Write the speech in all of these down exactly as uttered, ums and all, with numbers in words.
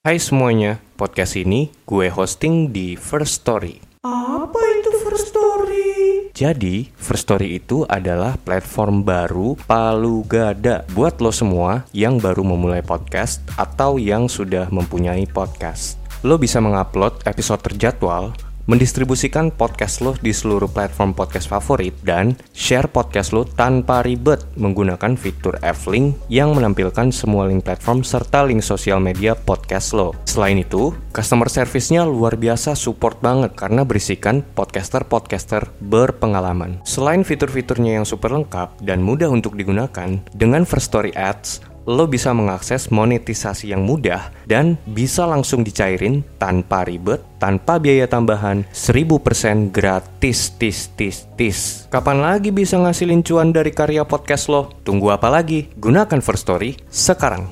Hai semuanya, podcast ini gue hosting di First Story. Apa itu First Story? Jadi, First Story itu adalah platform baru palu gada buat lo semua yang baru memulai podcast atau yang sudah mempunyai podcast. Lo bisa mengupload episode terjadwal, mendistribusikan podcast lo di seluruh platform podcast favorit, dan share podcast lo tanpa ribet menggunakan fitur F-Link yang menampilkan semua link platform serta link sosial media podcast lo. Selain itu, customer service-nya luar biasa support banget karena berisikan podcaster-podcaster berpengalaman. Selain fitur-fiturnya yang super lengkap dan mudah untuk digunakan, dengan First Story Ads, lo bisa mengakses monetisasi yang mudah dan bisa langsung dicairin tanpa ribet, tanpa biaya tambahan, seribu persen gratis, tis, tis, tis. Kapan lagi bisa ngasilin cuan dari karya podcast lo? Tunggu apa lagi? Gunakan First Story sekarang.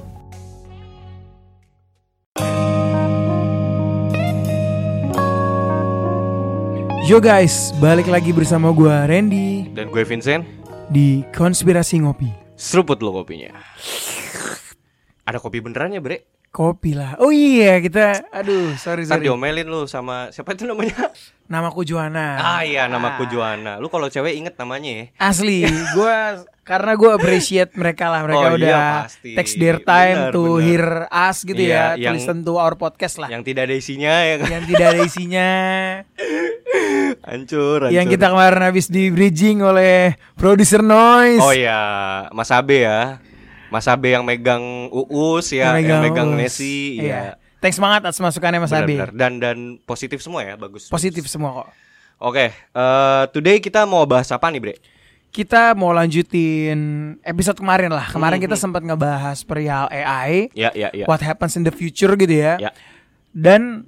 Yo guys, balik lagi bersama gue Randy Dan gue Vincent di Konspirasi Ngopi. Seruput lo kopinya. Ada kopi beneran ya, Bre? Kopi lah. Oh iya, kita aduh, sorry Ntar sorry. diomelin lu sama siapa itu namanya? Namaku Joanna. Ah iya, namaku Joanna. Lu kalau cewek inget namanya ya? Asli, gue karena gue appreciate mereka lah, mereka Oh, udah iya, pasti. takes their time Bener, to bener. hear us gitu Iya, ya, yang- to listen to our podcast lah. Yang tidak ada isinya ya kan? Yang tidak ada isinya. Hancur, hancur. Yang kita kemarin habis di bridging oleh producer Noise. Oh iya, Mas Abe ya. Mas Abe yang megang Uus ya, yang megang, Us. Nesi ya. Thanks banget atas masukannya Mas Abi. Benar-benar. Dan dan positif semua ya, bagus. Positif bagus. semua kok. Oke, eh, today kita mau bahas apa nih, Bre? Kita mau lanjutin episode kemarin lah. Kemarin Hmm, kita hmm. sempat ngebahas perihal A I, Ya, ya, ya. what happens in the future gitu ya. Ya. Dan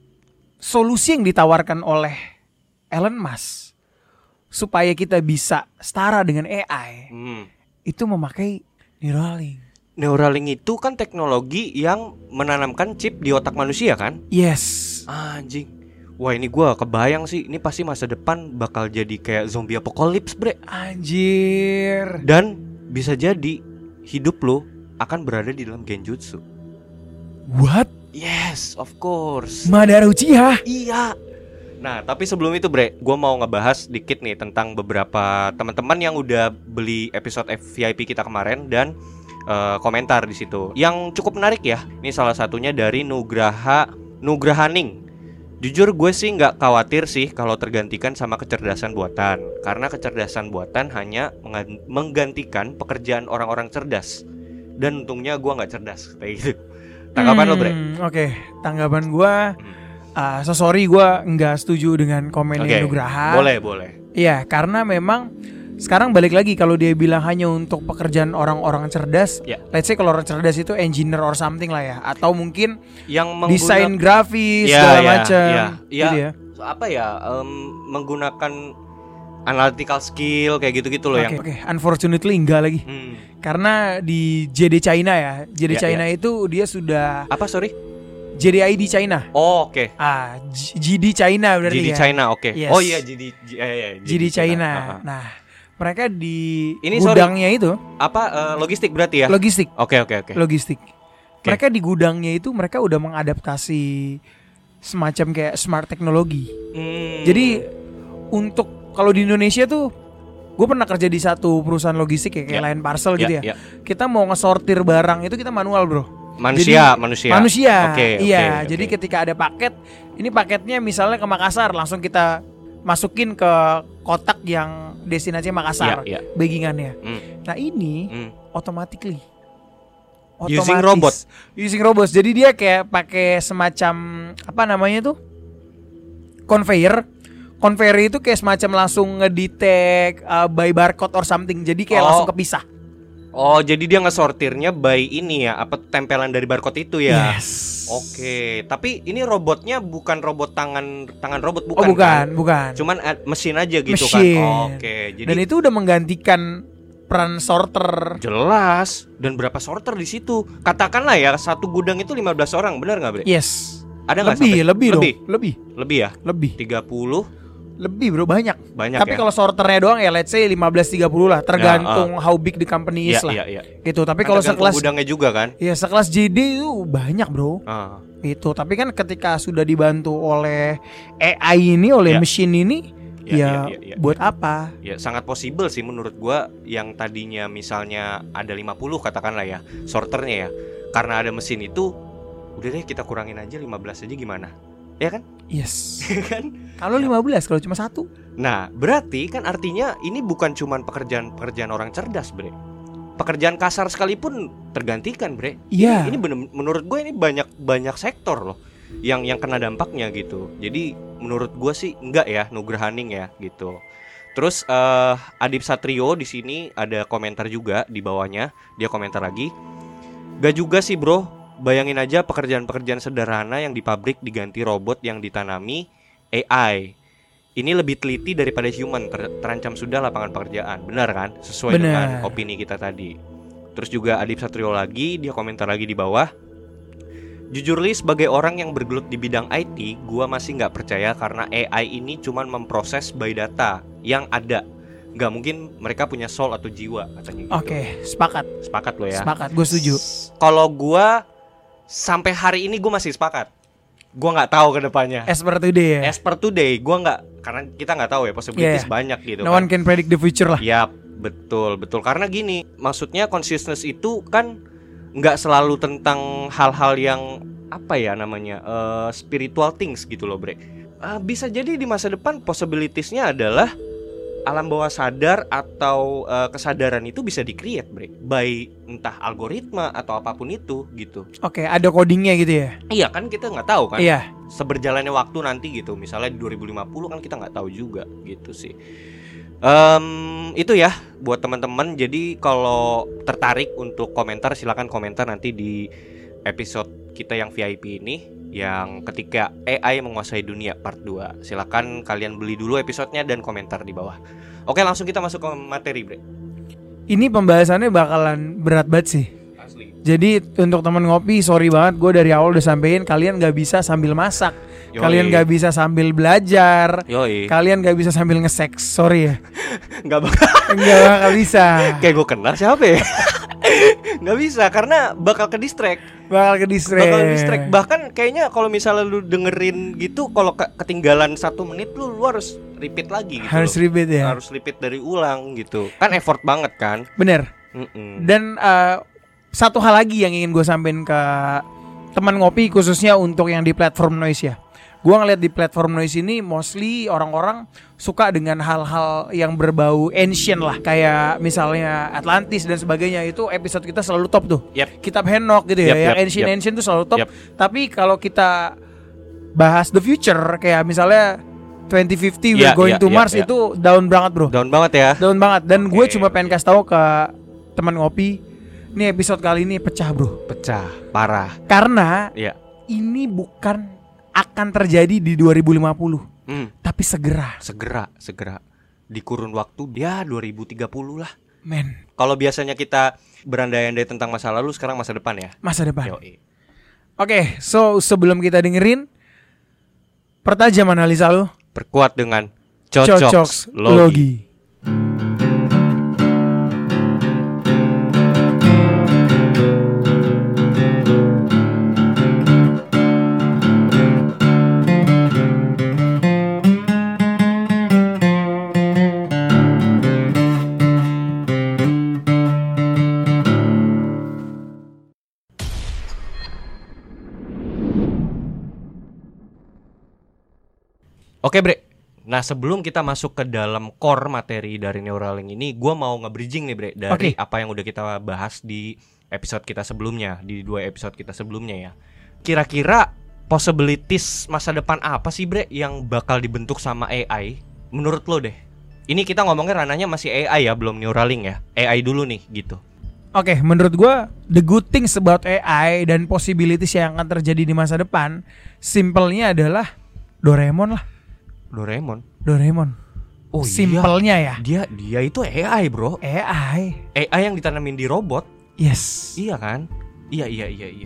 solusi yang ditawarkan oleh Elon Musk supaya kita bisa setara dengan A I Hmm. itu memakai Neuralink. Neuralink itu kan teknologi yang menanamkan chip di otak manusia kan? Yes. Anjing. Wah, ini gua kebayang sih, ini pasti masa depan bakal jadi kayak zombie apocalypse, Bre. Anjir. Dan bisa jadi hidup lo akan berada di dalam genjutsu. What? Yes, of course. Madara Uchiha. Iya. Nah, tapi sebelum itu, Bre, gue mau ngebahas dikit nih tentang beberapa teman-teman yang udah beli episode V I P kita kemarin dan uh, komentar di situ. Yang cukup menarik ya. Ini salah satunya dari Nugraha Nugrahaning. Jujur gue sih nggak khawatir sih kalau tergantikan sama kecerdasan buatan, karena kecerdasan buatan hanya mengan- menggantikan pekerjaan orang-orang cerdas. Dan untungnya gue nggak cerdas kayak gitu. Tanggapan Hmm, lo, Bre? Oke, tanggapan gue. Hmm. Uh, so sorry gue nggak setuju dengan komennya Oke, Nugraha. boleh, boleh. Iya, karena memang sekarang balik lagi kalau dia bilang hanya untuk pekerjaan orang-orang cerdas. Ya. Let's say kalau orang cerdas itu engineer or something lah ya, atau mungkin Yang desain mengguna- grafis Ya, segala ya, macam. ya, Gitu ya. ya. apa ya em, menggunakan analytical skill kayak gitu-gitu loh Oke, yang oke. Unfortunately enggak lagi. hmm. Karena di J D China ya, J D Ya, China itu dia sudah apa sorry J D I D China. oh oke Ah, G- GD China berarti G D ya. China oke Yes. oh iya G D G- eh, iya, G D China. Ah, ah. Nah, mereka di Ini sorry. gudangnya itu apa eh, logistik berarti ya logistik. oke oke oke Logistik. Oke. Mereka di gudangnya itu mereka udah mengadaptasi semacam kayak smart teknologi. Hmm. Jadi untuk kalau di Indonesia tuh gue pernah kerja di satu perusahaan logistik ya kayak Ya. Lion Parcel gitu Ya, ya. ya. Kita mau ngesortir barang itu kita manual, Bro. manusia Jadi, manusia Manusia. oke iya, oke, jadi oke. ketika ada paket, ini paketnya misalnya ke Makassar, langsung kita masukin ke kotak yang destinasinya Makassar, Iya, iya. baggingannya. Hmm, Nah, ini hmm. automatically Using Otomatis. robot. Using robot. Jadi dia kayak pakai semacam apa namanya tuh? Conveyor. Conveyor itu kayak semacam langsung ngedetect uh, by barcode or something. Jadi kayak Oh. langsung kepisah. Oh jadi dia ngesortirnya by ini ya, apa tempelan dari barcode itu ya. Yes. Oke, tapi ini robotnya bukan robot tangan tangan robot bukan? Oh bukan, kan? bukan. Cuman ad- mesin aja gitu Mesin. kan. Oke, jadi Dan itu udah menggantikan peran sorter. jelas. Dan berapa sorter di situ? Katakanlah ya satu gudang itu lima belas orang, benar nggak, Bre? Yes. Ada nggak Lebih, sampai? lebih, lebih? dong. Lebih, Lebih ya? lebih. tiga puluh Lebih bro, banyak. Banyak Tapi ya? kalau sorternya doang ya let's say lima belas tiga puluh lah, tergantung Ya, uh. how big the company is Iya, lah. iya, iya. Gitu. Tapi Kan kalau tergantung sekelas gudangnya juga kan. ya sekelas J D itu banyak bro. Uh. Gitu. Tapi kan ketika sudah dibantu oleh A I ini, oleh Ya. mesin ini, Ya, ya, ya, ya, ya. buat apa? Ya sangat possible sih menurut gua, yang tadinya misalnya ada lima puluh katakanlah ya sorternya ya. Karena ada mesin itu, udah deh kita kurangin aja lima belas aja gimana? Ya kan? Yes. Kan? Kalau lima belas, kalau cuma satu. Nah, berarti kan artinya ini bukan cuman pekerjaan-pekerjaan orang cerdas, Bre. Pekerjaan kasar sekalipun tergantikan, Bre. Iya. Ini, ini bener, menurut gue ini banyak banyak sektor loh yang yang kena dampaknya gitu. Jadi menurut gue sih enggak ya, Nugrahaning ya gitu. Terus uh, Adip Satrio di sini ada komentar juga di bawahnya. Dia komentar lagi. Gak juga sih, Bro. Bayangin aja pekerjaan-pekerjaan sederhana yang di pabrik diganti robot yang ditanami A I. Ini lebih teliti daripada human, ter- terancam sudah lapangan pekerjaan. Benar kan? Sesuai Benar. dengan opini kita tadi. Terus juga Adip Satrio lagi, dia komentar lagi di bawah. Jujur li, sebagai orang yang bergelut di bidang I T, gua masih nggak percaya karena A I ini cuman memproses by data yang ada. Nggak mungkin mereka punya soul atau jiwa katanya gitu. Oke, sepakat. Sepakat lo ya. Sepakat, gue setuju. Kalau gua sampai hari ini gua masih sepakat. Gua nggak tahu ke depannya. As per today ya. As per today, gua nggak, karena kita nggak tahu ya, possibilities Yeah. banyak gitu. No kan. one can predict the future lah. Yap, betul betul. Karena gini, maksudnya consciousness itu kan nggak selalu tentang hal-hal yang apa ya namanya uh, spiritual things gitu loh, Bre. Uh, bisa jadi di masa depan possibilitiesnya adalah alam bawah sadar atau uh, kesadaran itu bisa di-create, Bre, by entah algoritma atau apapun itu gitu. Oke, ada codingnya gitu ya. Iya kan, kita nggak tahu kan. Iya. Seberjalannya waktu nanti gitu, misalnya di dua ribu lima puluh kan kita nggak tahu juga gitu sih. Um, itu ya buat teman-teman. Jadi kalau tertarik untuk komentar, silakan komentar nanti di episode kita yang V I P ini, yang ketika A I menguasai dunia part dua. Silakan kalian beli dulu episodenya dan komentar di bawah. Oke, langsung kita masuk ke materi, Bre. Ini pembahasannya bakalan berat banget sih. Asli. Jadi untuk teman ngopi, sorry banget, gue dari awal udah sampein kalian gak bisa sambil masak. Yoi. Kalian gak bisa sambil belajar. Yoi. Kalian gak bisa sambil nge-sex, sorry ya. Nggak bakal. Gak bakal bisa. Kayak gue kenal siapa ya? Nggak bisa karena bakal ke distract. Bakal ke distract. Bakal ke distract. Bahkan kayaknya kalau misalnya lu dengerin gitu, kalau ke- ketinggalan satu menit lu, lu harus repeat lagi gitu. Harus loh. repeat ya. Harus repeat dari ulang gitu. Kan effort banget kan. Bener. Mm-mm. Dan uh, satu hal lagi yang ingin gue sampein ke teman ngopi, khususnya untuk yang di platform Noise ya. Gue ngeliat di platform Noise ini mostly orang-orang suka dengan hal-hal yang berbau ancient lah, kayak misalnya Atlantis dan sebagainya. Itu episode kita selalu top tuh. Yep. Kitab Henok gitu ya, Yep, yang yep, ancient-ancient tuh selalu top. Yep. Tapi kalau kita bahas the future, kayak misalnya twenty fifty we're Yeah, going yeah, to yeah, Mars, yeah. itu down banget bro. Down banget ya. Down banget. Dan gue Oke, cuma pengen oke. kasih tahu ke teman ngopi, nih episode kali ini pecah bro. Pecah, parah. Karena Iya. ini bukan akan terjadi di dua ribu lima puluh, Hmm, tapi segera. segera, segera. Di kurun waktu ya dua ribu tiga puluh lah. Men, Kalau biasanya kita berandai-andai tentang masa lalu, sekarang masa depan ya. masa depan. Yoi. Oke, so sebelum kita dengerin, pertajam analisa lu. Perkuat dengan Cocok Cocoks Logi. Logi. Oke, Bre. Nah, sebelum kita masuk ke dalam core materi dari Neuralink ini, gua mau nge-bridging nih, Bre, dari Oke. apa yang udah kita bahas di episode kita sebelumnya, di dua episode kita sebelumnya ya. Kira-kira possibilities masa depan apa sih, Bre, yang bakal dibentuk sama A I? Menurut lo deh. Ini kita ngomongnya ranahnya masih A I ya, belum Neuralink ya. A I dulu nih, gitu. Oke, menurut gua the good things about A I dan possibilities yang akan terjadi di masa depan, simpelnya adalah Doraemon lah. Doraemon. Doraemon. Oh, Simpelnya ya. Dia dia itu A I, Bro. A I. A I yang ditanamin di robot. Yes. Iya kan? Iya iya iya iya. Anjir.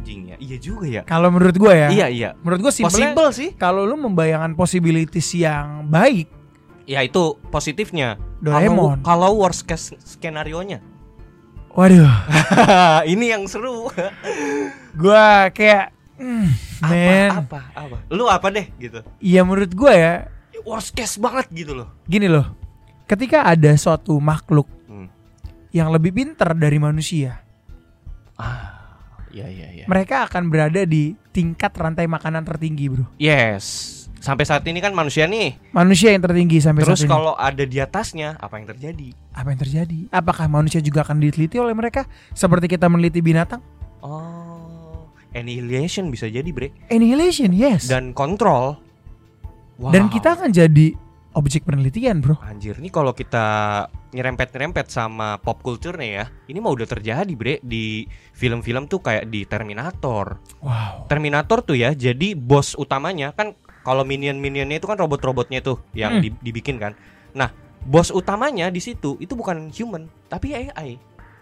Anjing ya. Iya juga ya. Kalau menurut gue ya. Iya iya. Menurut gue simpelnya Possible sih. kalau lu membayangkan possibilities yang baik, Ya itu positifnya. Doraemon. Kalau, kalau worst case skenario-nya. Waduh. Ini yang seru. Gue kayak mm, apa, man. apa apa. Lu apa deh gitu. Iya menurut gue ya. Worst case banget gitu loh. Gini loh. Ketika ada suatu makhluk Hmm. yang lebih pintar dari manusia, Ah, iya iya iya. mereka akan berada di tingkat rantai makanan tertinggi, bro. Yes. Sampai saat ini kan manusia nih. Manusia yang tertinggi sampai Terus saat ini. kalau ada di atasnya, apa yang terjadi? Apa yang terjadi? Apakah manusia juga akan diteliti oleh mereka seperti kita meneliti binatang? Oh, annihilation bisa jadi, Bre. Annihilation, yes. Dan kontrol. Wow. Dan kita akan jadi objek penelitian, bro. Anjir, nih kalau kita nyerempet-nyerempet sama pop culture nih ya, ini mah udah terjadi, Bre, di film-film tuh kayak di Terminator. Wow. Terminator tuh ya, jadi bos utamanya kan kalau minion-minionnya itu kan robot-robotnya tuh yang Hmm. di- dibikin kan. Nah, bos utamanya di situ itu bukan human, tapi A I.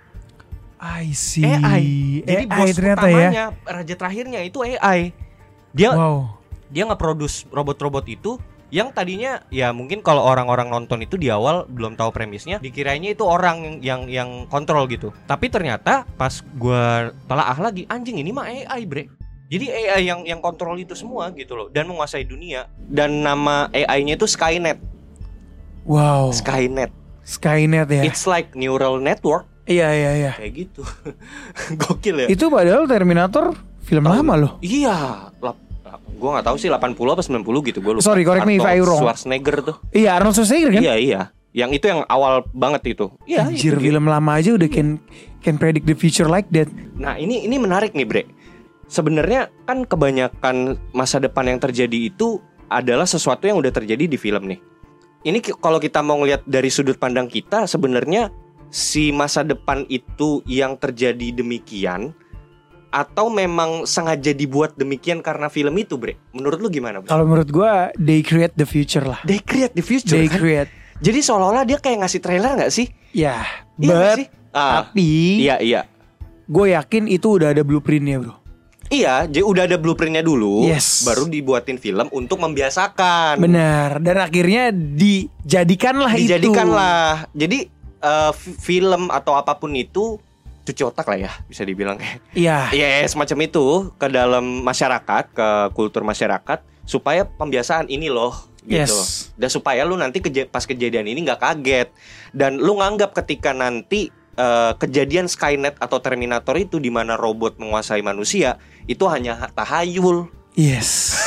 I see. A I. Jadi A I bos ternyata utamanya, ya. raja terakhirnya itu A I. Dia Wow. dia nge-produce robot-robot itu yang tadinya ya mungkin kalau orang-orang nonton itu di awal belum tahu premisnya, dikiranya itu orang yang yang, yang kontrol gitu. Tapi ternyata pas gua telaah lagi, anjing ini mah A I, Bre. Jadi A I yang yang kontrol itu semua gitu loh dan menguasai dunia. Dan nama A I-nya itu Skynet. Wow. Skynet. Skynet ya. It's like neural network Iya iya iya. kayak gitu. Gokil ya. Itu padahal Terminator film Tahun- lama loh. Iya, lap, gue nggak tahu sih delapan puluh apa sembilan puluh gitu, gue lupa. Sorry, correct me if I wrong. Schwarzenegger tuh. Iya, Arnold Schwarzenegger kan? Iya iya. Yang itu yang awal banget itu. Iya. Anjir, itu film lama aja udah can can predict the future like that. Nah ini ini menarik nih, Bre. Sebenarnya kan kebanyakan masa depan yang terjadi itu adalah sesuatu yang udah terjadi di film nih. Ini ki- kalau kita mau ngelihat dari sudut pandang kita, sebenarnya si masa depan itu yang terjadi demikian atau memang sengaja dibuat demikian karena film itu, Bre? Menurut lu gimana, Bre? Kalau menurut gua they create the future lah. They create the future They kan? create. Jadi seolah-olah dia kayak ngasih trailer nggak sih? Ya, Iya nggak but sih? Ah, tapi iya iya. gue yakin itu udah ada blueprintnya, bro. Iya, jadi udah ada blueprintnya dulu, Yes. baru dibuatin film untuk membiasakan. Benar. Dan akhirnya dijadikanlah itu. Dijadikanlah. Jadi eh, f- film atau apapun itu cuci otak lah ya, bisa dibilang kayak. Iya. Iya, semacam itu ke dalam masyarakat, ke kultur masyarakat supaya pembiasaan ini loh gitu. Yes. Dan supaya lu nanti keja- pas kejadian ini nggak kaget dan lu nganggap ketika nanti eh, kejadian Skynet atau Terminator itu di mana robot menguasai manusia itu hanya ha- tahayul. Yes.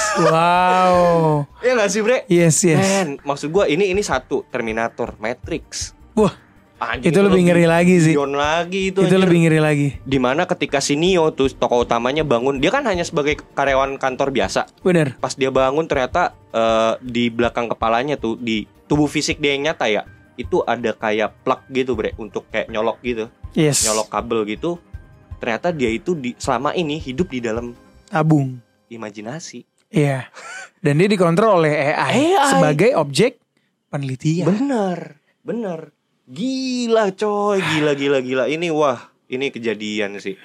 Wow. Iya nggak sih, Bre? Yes, yes. Men, maksud gua ini ini satu Terminator, Matrix. Wah, Anjing, itu lebih ngeri lagi sih. beyond lagi itu. Itu anjir. lebih ngeri lagi. Dimana ketika si Neo tuh tokoh utamanya bangun, dia kan hanya sebagai karyawan kantor biasa. Bener. Pas dia bangun ternyata eh, di belakang kepalanya tuh, di tubuh fisik dia yang nyata ya, itu ada kayak plug gitu, Bre, untuk kayak nyolok gitu, Yes. nyolok kabel gitu. Ternyata dia itu di, selama ini hidup di dalam Tabung. imajinasi. Iya. Dan dia dikontrol oleh A I, A I. sebagai objek penelitian. Bener, bener. Gila coy, gila gila gila. Ini wah, ini kejadian sih.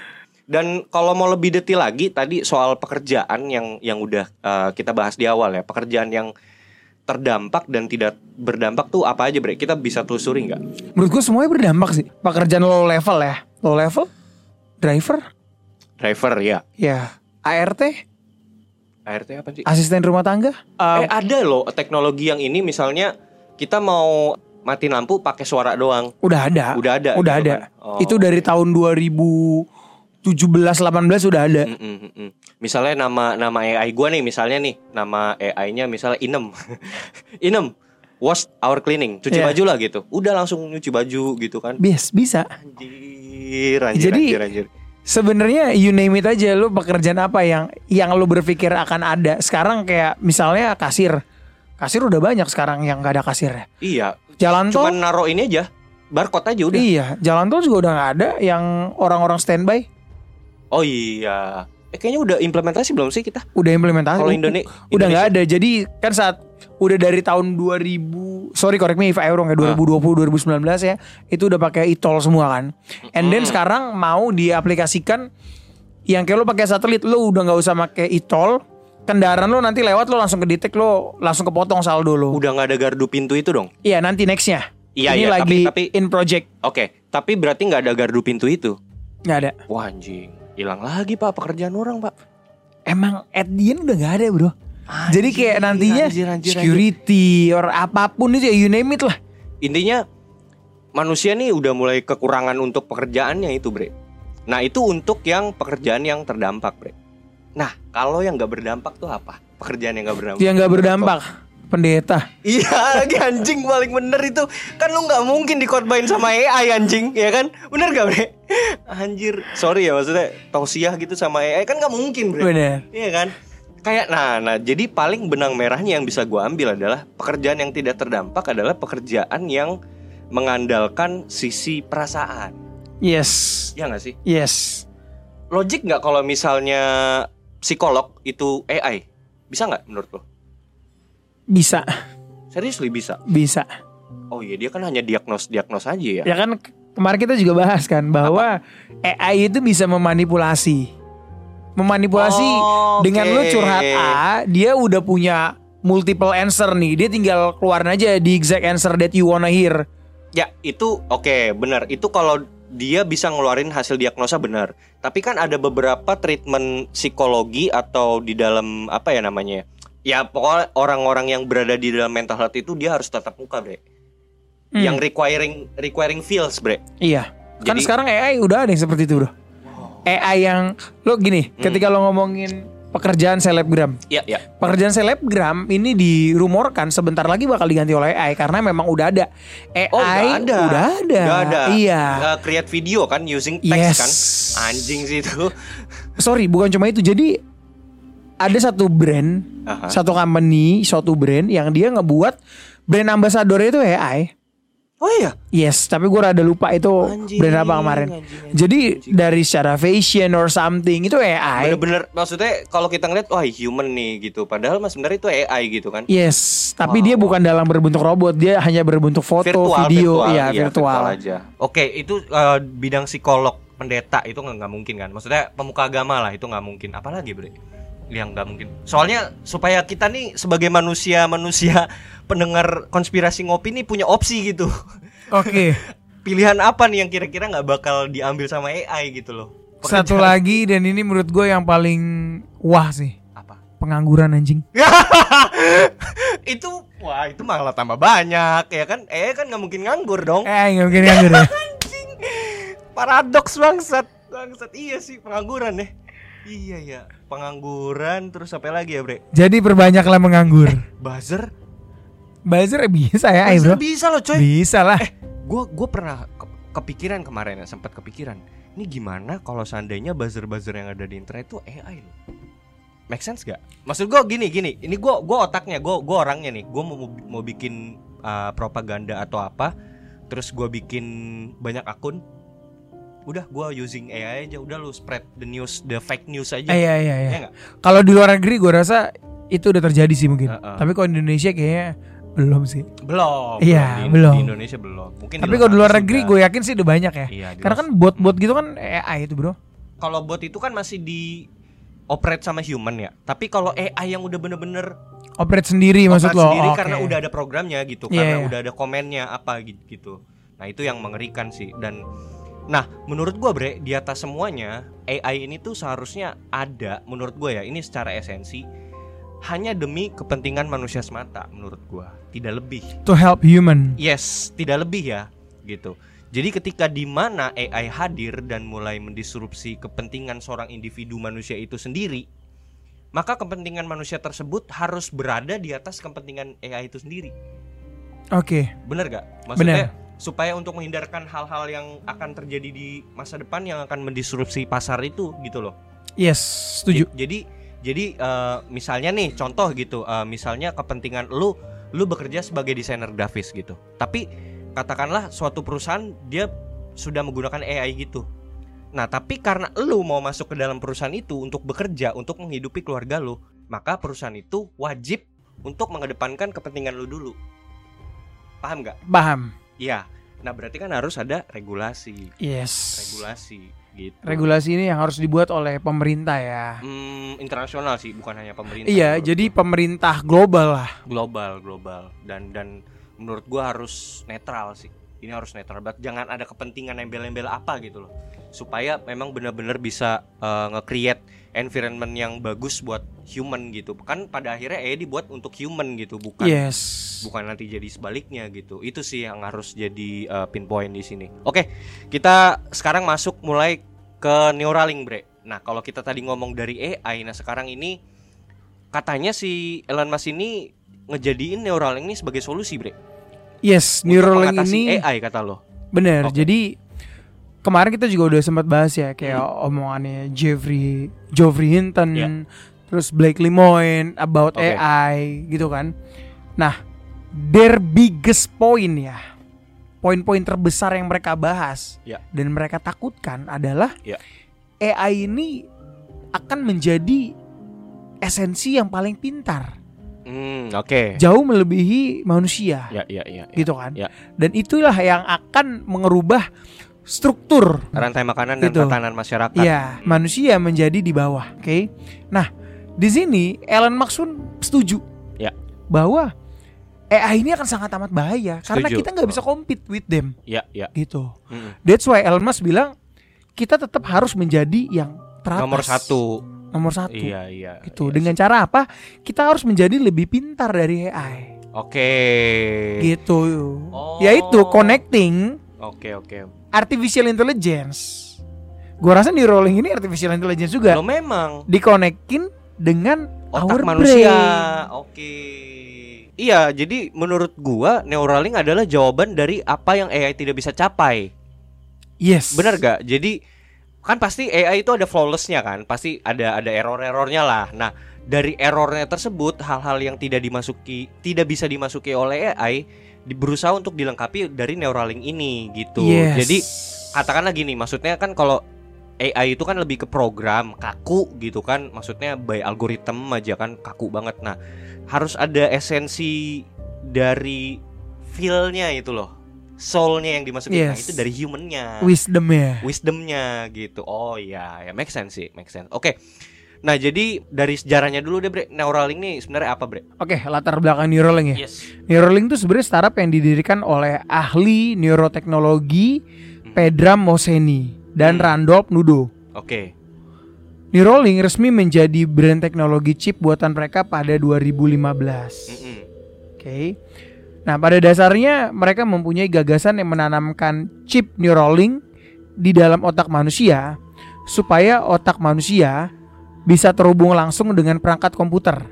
Dan kalau mau lebih detail lagi tadi soal pekerjaan yang yang udah eh, kita bahas di awal ya, pekerjaan yang terdampak dan tidak berdampak tuh apa aja, Bre? Kita bisa telusuri nggak? Menurut gue semuanya berdampak sih. Pekerjaan low level ya. Low level, driver, Driver ya. ya A R T, A R T apa sih? asisten rumah tangga. Um, eh ada loh teknologi yang ini misalnya kita mau matiin lampu pakai suara doang. udah ada. Udah ada. Udah gitu ada. kan? Oh, Itu dari oke. tahun dua ribu tujuh belas delapan belas udah ada. Mm, mm, mm, mm. Misalnya nama nama A I gua nih, misalnya nih nama A I-nya misalnya Inem. Inem, wash our cleaning, cuci Yeah. baju lah gitu. Udah langsung nyuci baju gitu kan. Bis, bisa. Anjir, anjir, Jadi, anjir, anjir. Sebenarnya you name it aja, lu pekerjaan apa yang yang lu berpikir akan ada. Sekarang kayak misalnya kasir. Kasir udah banyak sekarang yang gak ada kasirnya. Iya, Jalan tol. cuman naro ini aja, barcode aja udah. Iya, jalan tol juga udah gak ada yang orang-orang standby. Oh iya. Eh kayaknya udah implementasi belum sih kita? Udah implementasi. Kalau Indone- udah nggak Indonesia? ada. Jadi kan saat udah dari tahun dua ribu, sorry correct me if I wrong ya, dua ribu dua puluh dua ribu sembilan belas ya, itu udah pakai e-tol semua kan. And then Mm. sekarang mau diaplikasikan yang kayak lo pakai satelit, lo udah nggak usah pakai e-tol, kendaraan lo nanti lewat lo langsung kedetek, lo langsung kepotong saldo lo. Udah nggak ada gardu pintu itu dong? Iya, nanti nextnya. Iya, ini iya, lagi tapi, tapi in project. Oke, tapi berarti nggak ada gardu pintu itu? Nggak ada. Wah anjing, hilang lagi pak pekerjaan orang pak. Emang at the end udah nggak ada bro. Anjir, jadi kayak nantinya anjir, anjir, security anjir. or apapun itu ya, you name it lah. Intinya manusia nih udah mulai kekurangan untuk pekerjaannya itu bre. Nah itu untuk yang pekerjaan yang terdampak bre. Nah kalau yang nggak berdampak tuh apa? Pekerjaan yang nggak berdampak. Yang nggak berdampak. Pendeta. Iya lagi anjing paling bener itu. Kan lu gak mungkin dikotbain sama A I anjing. Ya kan? Bener gak bre? Anjir. Sorry ya maksudnya tausiah gitu sama A I kan gak mungkin bre. Bener. Iya kan? Kayak nah, nah jadi paling benang merahnya yang bisa gue ambil adalah pekerjaan yang tidak terdampak adalah pekerjaan yang mengandalkan sisi perasaan. Yes. Ya gak sih? Yes. Logik gak kalau misalnya psikolog itu A I? Bisa gak menurut lo? Bisa. Seriously bisa? Bisa. Oh iya dia kan hanya diagnos-diagnos aja ya. Ya kan kemarin kita juga bahas kan bahwa apa? A I itu bisa memanipulasi. Memanipulasi oh, dengan okay. lu curhat A, dia udah punya multiple answer nih. Dia tinggal keluarin aja the exact answer that you wanna hear. Ya itu oke okay, benar. Itu kalau dia bisa ngeluarin hasil diagnosa benar. Tapi kan ada beberapa treatment psikologi atau di dalam apa ya namanya? Ya pokoknya orang-orang yang berada di dalam mental health itu dia harus tatap muka bre. Hmm. Yang requiring requiring feels bre. Iya. Jadi, kan sekarang A I udah ada yang seperti itu bro. Wow. A I yang lo gini, hmm. ketika lo ngomongin pekerjaan selebgram. Iya, iya. Pekerjaan selebgram ini dirumorkan sebentar lagi bakal diganti oleh A I karena memang udah ada. A I oh, udah ada. Udah ada. Udah ada. Iya. Uh, create video kan using text yes. kan. Anjing sih itu. Sorry, bukan cuma itu. Jadi ada satu brand, uh-huh. satu company, suatu brand yang dia ngebuat brand ambassador itu A I. Oh iya? Yes, tapi gue rada lupa itu anjing, brand apa kemarin. Anjing, anjing, Jadi anjing. Dari secara fashion or something itu A I. Bener-bener maksudnya kalau kita ngeliat wah human nih gitu. Padahal mas sebenarnya itu A I gitu kan. Yes, tapi wow. dia bukan dalam berbentuk robot, dia hanya berbentuk foto, virtual, video, virtual, ya iya, virtual. virtual aja. Oke, itu uh, bidang psikolog, pendeta itu nggak mungkin kan. Maksudnya pemuka agama lah itu nggak mungkin. Apalagi bre? Yang nggak mungkin. Soalnya supaya kita nih sebagai manusia-manusia pendengar konspirasi ngopi nih punya opsi gitu. Oke. Okay. Pilihan apa nih yang kira-kira nggak bakal diambil sama A I gitu loh? Pekerjaan. Satu lagi dan ini menurut gue yang paling wah sih. Apa? Pengangguran anjing. Itu wah itu malah tambah banyak ya kan? Eh kan nggak mungkin nganggur dong. Eh nggak mungkin nganggur ya. Anjing. Paradoks bangsat, bangsat iya sih pengangguran ya. Iya ya, pengangguran terus apa lagi ya bre? Jadi perbanyaklah menganggur. Eh, buzzer? Buzzer bisa ya, buzzer bro? Bisa loh coy. Bisa lah. Eh, gue gue pernah ke, kepikiran kemarin ya, sempat kepikiran. Ini gimana kalau seandainya buzzer-buzzer yang ada di internet itu A I loh? Make sense gak? Maksud gue gini gini, ini gue gue otaknya, gue gue orangnya nih, gue mau mau bikin uh, propaganda atau apa, terus gue bikin banyak akun. Udah gue using A I aja, udah lu spread the news, the fake news aja. Iya iya iya. Ya kalau di luar negeri gue rasa itu udah terjadi sih mungkin. Uh-uh. Tapi kalau di Indonesia kayaknya belum sih. Belum. Iya di, belum. Di Indonesia belum. Mungkin. Tapi kalau di luar negeri gue yakin sih udah banyak ya. Iya, karena kan bot-bot gitu kan A I itu bro. Kalau bot itu kan masih di operate sama human ya. Tapi kalau A I yang udah bener-bener operate sendiri operate maksud lo. Sendiri okay. Karena udah ada programnya gitu. Yeah, karena yeah. udah ada komennya apa gitu. Nah itu yang mengerikan sih. Dan nah, menurut gue bre, di atas semuanya A I ini tuh seharusnya ada, menurut gue ya, ini secara esensi hanya demi kepentingan manusia semata, menurut gue, tidak lebih. To help human. Yes, tidak lebih ya, gitu. Jadi ketika di mana A I hadir dan mulai mendisrupsi kepentingan seorang individu manusia itu sendiri, maka kepentingan manusia tersebut harus berada di atas kepentingan A I itu sendiri. Oke. Okay. Bener gak? Maksudnya? Bener. Supaya untuk menghindarkan hal-hal yang akan terjadi di masa depan yang akan mendisrupsi pasar itu gitu loh. Yes, setuju. Jadi jadi uh, misalnya nih contoh gitu, uh, misalnya kepentingan lu lu bekerja sebagai desainer grafis gitu. Tapi katakanlah suatu perusahaan dia sudah menggunakan A I gitu. Nah, tapi karena lu mau masuk ke dalam perusahaan itu untuk bekerja, untuk menghidupi keluarga lu, maka perusahaan itu wajib untuk mengedepankan kepentingan lu dulu. Paham gak? Paham. Iya, nah berarti kan harus ada regulasi. Yes. Regulasi. gitu. Regulasi ini yang harus dibuat oleh pemerintah ya. Hmm, internasional sih, bukan hanya pemerintah. Iya, jadi gua. Pemerintah global lah. Global, global. Dan dan menurut gua harus netral sih. Ini harus netral banget. Jangan ada kepentingan embel-embel apa gitu loh. Supaya memang benar-benar bisa uh, nge-create environment yang bagus buat human gitu. Kan pada akhirnya A I dibuat untuk human gitu, bukan yes. bukan nanti jadi sebaliknya gitu. Itu sih yang harus jadi uh, pinpoint di sini. Oke, kita sekarang masuk mulai ke Neuralink, Bre. Nah, kalau kita tadi ngomong dari A I, nah sekarang ini katanya si Elon Musk ini ngejadiin Neuralink ini sebagai solusi, Bre. Yes, Neuralink ini A I kata lo. Bener, okay. Jadi kemarin kita juga udah sempat bahas ya kayak hmm. omongannya Jeffrey Geoffrey Hinton, yeah. terus Blake Lemoine about okay. A I gitu kan. Nah, their biggest point ya, poin-poin terbesar yang mereka bahas yeah. dan mereka takutkan adalah yeah. A I ini akan menjadi esensi yang paling pintar. Hmm, oke. Okay. Jauh melebihi manusia. Ya, ya, ya, ya. Gitu kan. Ya. Dan itulah yang akan mengerubah struktur rantai makanan gitu. Dan tatanan masyarakat. Iya, hmm. manusia menjadi di bawah. Oke. Okay? Nah, di sini Elon Musk pun setuju. Ya. Bahwa A I ini akan sangat amat bahaya. Setuju. Karena kita nggak bisa compete with them. Ya, ya. Gitu. Hmm. That's why Elon Musk bilang kita tetap harus menjadi yang teratas. Nomor satu. Nomor satu. Iya, iya. Gitu. Iya. Dengan cara apa? Kita harus menjadi lebih pintar dari A I. Oke. Okay. Gitu. Oh. Yaitu connecting. Oke, okay, oke. Okay. Artificial intelligence. Gua rasa Neuralink ini artificial intelligence juga. Lo memang dikonekin dengan otak our manusia. Brain. Oke. Iya, jadi menurut gua Neuralink adalah jawaban dari apa yang A I tidak bisa capai. Yes. Benar gak? Jadi kan pasti A I itu ada flawless-nya kan, pasti ada ada error-errornya lah. Nah, dari errornya tersebut, hal-hal yang tidak dimasuki, tidak bisa dimasuki oleh A I, berusaha untuk dilengkapi dari Neuralink ini gitu. Yes. Jadi katakanlah gini, maksudnya kan kalau A I itu kan lebih ke program, kaku gitu kan, maksudnya by algoritma aja kan kaku banget. Nah, harus ada esensi dari feel-nya itu loh. Soul-nya yang dimasukin, yes. Nah itu dari human-nya, wisdom-nya, wisdom-nya gitu. Oh iya, ya make sense sih, make sense. Oke, nah jadi dari sejarahnya dulu deh, Bre. Neuralink nih sebenarnya apa, Bre? Oke, latar belakang Neuralink ya. Yes. Neuralink itu sebenarnya startup yang didirikan oleh ahli neuroteknologi hmm. Pedram Moseni dan hmm. Randolph Nudo. Oke. Neuralink resmi menjadi brand teknologi chip buatan mereka pada dua ribu lima belas. Mm-hmm. Oke. Nah, pada dasarnya mereka mempunyai gagasan yang menanamkan chip Neuralink di dalam otak manusia supaya otak manusia bisa terhubung langsung dengan perangkat komputer.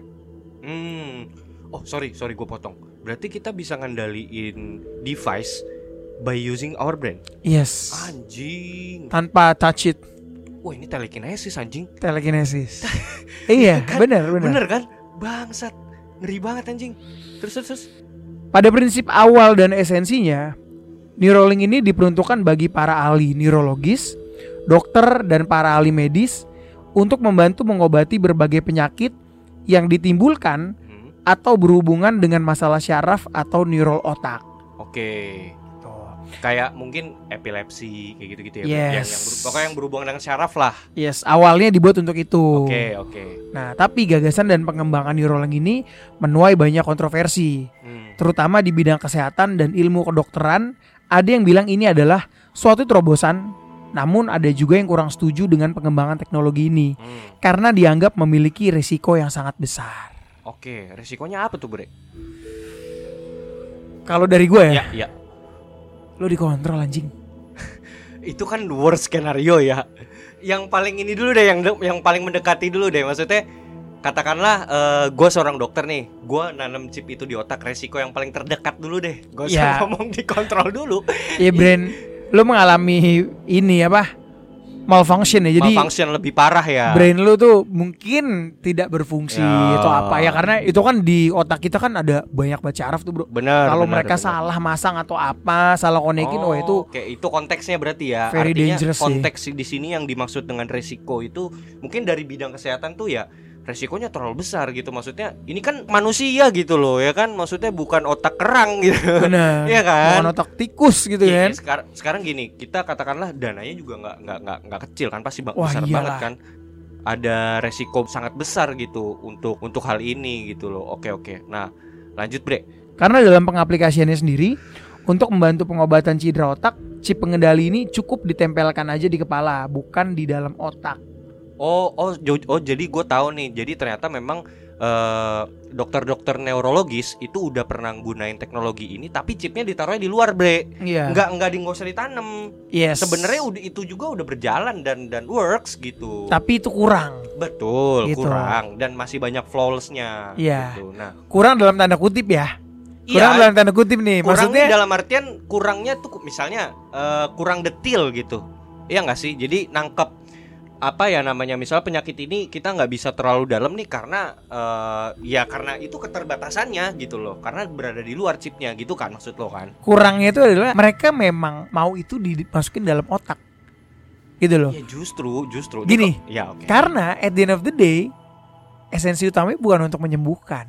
Hmm. Oh, sorry, sorry gue potong. Berarti kita bisa ngandaliin device by using our brain. Yes. Anjing. Tanpa touch it. Wah, ini telekinesis anjing. Telekinesis. Iya, kan? benar, benar. Benar kan? Bangsat. Ngeri banget anjing. Terus terus terus. Pada prinsip awal dan esensinya, Neuralink ini diperuntukkan bagi para ahli neurologis, dokter, dan para ahli medis untuk membantu mengobati berbagai penyakit yang ditimbulkan hmm. atau berhubungan dengan masalah syaraf atau neural otak. Oke. Kayak mungkin epilepsi kayak gitu-gitu ya. Yes. Yang, yang ber, pokoknya yang berhubungan dengan syaraf lah. Yes, awalnya dibuat untuk itu. Oke, okay, oke. Okay. Nah, tapi gagasan dan pengembangan Neuralink ini menuai banyak kontroversi. Hmm. Terutama di bidang kesehatan dan ilmu kedokteran. Ada yang bilang ini adalah suatu terobosan, namun ada juga yang kurang setuju dengan pengembangan teknologi ini hmm. karena dianggap memiliki risiko yang sangat besar. Oke, risikonya apa tuh, Bre? Kalau dari gue ya, ya, ya. Lo dikontrol anjing. Itu kan worst skenario ya. Yang paling ini dulu deh, yang yang paling mendekati dulu deh. Maksudnya katakanlah uh, gue seorang dokter nih, gue nanam chip itu di otak, resiko yang paling terdekat dulu deh. Gue usah ya. ngomong dikontrol dulu. Iya, Bren, lo mengalami ini apa? Malfunction ya, jadi malfunction lebih parah ya. Brain lu tuh mungkin tidak berfungsi ya. Atau apa ya, karena itu kan di otak kita kan ada banyak baca syaraf tuh, Bro. Benar. Kalau benar, mereka benar. salah masang atau apa, salah konekin, oh, oh itu oke, itu konteksnya berarti ya. Very Artinya dangerous konteks sih. Di sini yang dimaksud dengan resiko itu mungkin dari bidang kesehatan tuh ya resikonya terlalu besar gitu. Maksudnya ini kan manusia gitu loh ya kan, maksudnya bukan otak kerang gitu. Benar. Iya kan, bukan otak tikus gitu ya, kan. Sekarang sekarang gini, kita katakanlah dananya juga nggak nggak nggak nggak kecil kan, pasti Wah, besar iyalah. banget kan. Ada resiko sangat besar gitu untuk untuk hal ini gitu loh. Oke oke. Nah lanjut Bre. Karena dalam pengaplikasiannya sendiri, untuk membantu pengobatan cedera otak, chip pengendali ini cukup ditempelkan aja di kepala, bukan di dalam otak. Oh, oh, jo- oh, jadi gue tahu nih. Jadi ternyata memang eh, dokter-dokter neurologis itu udah pernah gunain teknologi ini, tapi chipnya ditaruhnya di luar, Bre. Iya. Nggak nggak di nggak usah ditanam. Yes. Sebenarnya udah itu juga udah berjalan dan dan works gitu. Tapi itu kurang. Betul, Gitu. kurang dan masih banyak flawless-nya. Iya. Gitu. Nah, Kurang dalam tanda kutip ya. Kurang iya, dalam tanda kutip nih. kurang Maksudnya dalam artian kurangnya tuh misalnya eh, kurang detail gitu. Iya nggak sih? Jadi nangkep apa ya namanya, misalnya penyakit ini kita nggak bisa terlalu dalam nih karena uh, ya karena itu keterbatasannya gitu loh, karena berada di luar chipnya gitu kan, maksud lo kan. kurangnya itu adalah mereka memang mau itu dimasukin dalam otak gitu loh. Ya justru justru Gini, itu, ya oke. Karena at the end of the day esensi utamanya bukan untuk menyembuhkan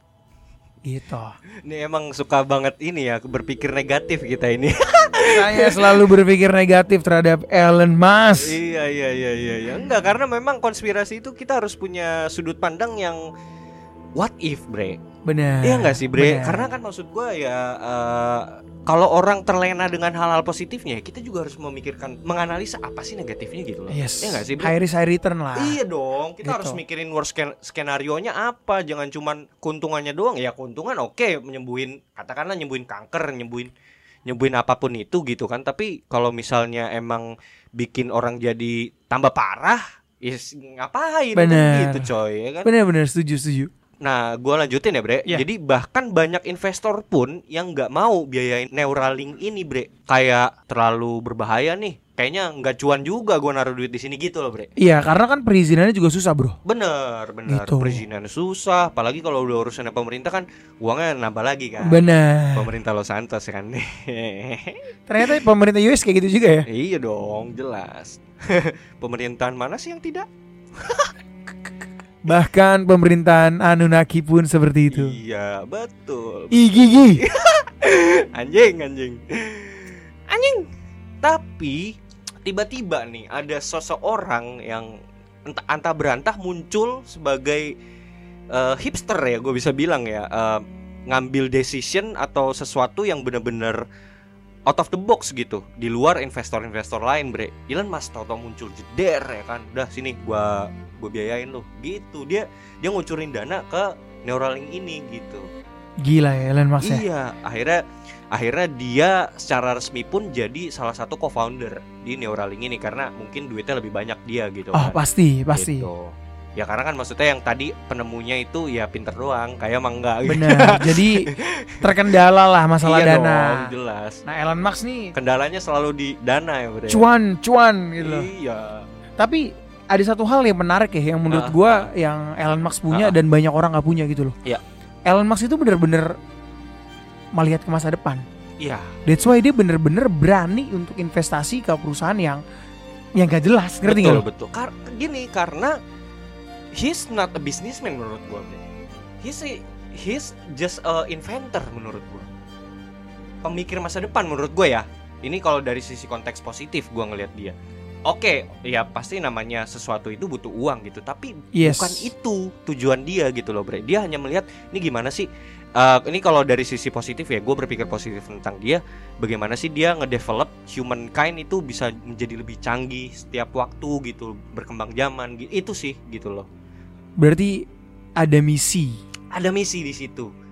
gitu. Ini emang suka banget ini ya, berpikir negatif kita ini. Saya selalu berpikir negatif terhadap Elon Musk. Iya iya iya iya ya. Enggak, karena memang konspirasi itu kita harus punya sudut pandang yang what if, Bre. Benar. Iya nggak sih, Bre? Benar. Karena kan maksud gue ya uh, kalau orang terlena dengan hal-hal positifnya, kita juga harus memikirkan, menganalisa apa sih negatifnya gitu loh. Yes. Iya nggak sih, Bre? High risk high return lah. Iya dong, kita Gitu. harus mikirin worst sken- skenario-nya apa. Jangan cuman keuntungannya doang. Ya keuntungan oke, menyembuhin, katakanlah nyembuhin kanker, nyembuhin nyembuhin apapun itu gitu kan. Tapi kalau misalnya emang bikin orang jadi tambah parah, ya ngapain kan Bener. gitu coy ya kan. Benar-benar setuju setuju. Nah, gue lanjutin ya, Bre. Yeah. Jadi bahkan banyak investor pun yang nggak mau biayain Neuralink ini, Bre. Kayak terlalu berbahaya nih. Kayaknya nggak cuan juga gue naruh duit di sini gitu loh, Bre. Iya, karena kan perizinannya juga susah, Bro. Bener, bener. Gitu. Perizinan susah. Apalagi kalau udah urusannya pemerintah kan uangnya nambah lagi kan. Benar. Pemerintah Los Santos kan. Ternyata pemerintah U S kayak gitu juga ya. Iya dong, jelas. Pemerintahan mana sih yang tidak? Bahkan pemerintahan Anunnaki pun seperti itu. Iya, betul. Ih, gigi. Anjing, anjing. Anjing. Tapi tiba-tiba nih ada seseorang yang entah antah berantah muncul sebagai uh, hipster ya, gue bisa bilang ya, uh, ngambil decision atau sesuatu yang benar-benar out of the box gitu, di luar investor-investor lain, Bre. Elon Musk tau-tau muncul jeder ya kan, udah sini gua gua biayain lo gitu. Dia dia ngucurin dana ke Neuralink ini gitu. Gila ya Elon Musk ya. Iya, akhirnya akhirnya dia secara resmi pun jadi salah satu co-founder di Neuralink ini karena mungkin duitnya lebih banyak dia gitu Oh, kan. pasti, pasti. Gitu. Ya karena kan maksudnya yang tadi penemunya itu ya pinter doang, kayak emang enggak gitu. Benar. Jadi terkendala lah masalah Iya dana. dong, jelas. Nah, Elon Musk nih Kendalanya selalu di dana ya, Bre. cuan, cuan gitu loh. Iya. Tapi ada satu hal yang menarik ya, yang menurut Ah, gua ah. yang Elon Musk punya Ah. dan banyak orang nggak punya gitu loh. Iya. Elon Musk itu benar-benar melihat ke masa depan. Iya. That's why dia benar-benar berani untuk investasi ke perusahaan yang yang gak jelas, ngerti nggak Betul, lo? betul. Kar- gini, karena he's not a businessman menurut gua, Bre. He's a, he's just a inventor menurut gua. Pemikir masa depan menurut gua ya. Ini kalau dari sisi konteks positif gua ngelihat dia. Oke, ya pasti namanya sesuatu itu butuh uang gitu, tapi Yes. bukan itu tujuan dia gitu loh, Bre. Dia hanya melihat ini gimana sih. Uh, ini kalau dari sisi positif ya, gue berpikir positif tentang dia. Bagaimana sih dia ngedevelop humankind itu bisa menjadi lebih canggih setiap waktu gitu, berkembang zaman gitu. Itu sih gitu loh. Berarti ada misi. Ada misi di situ.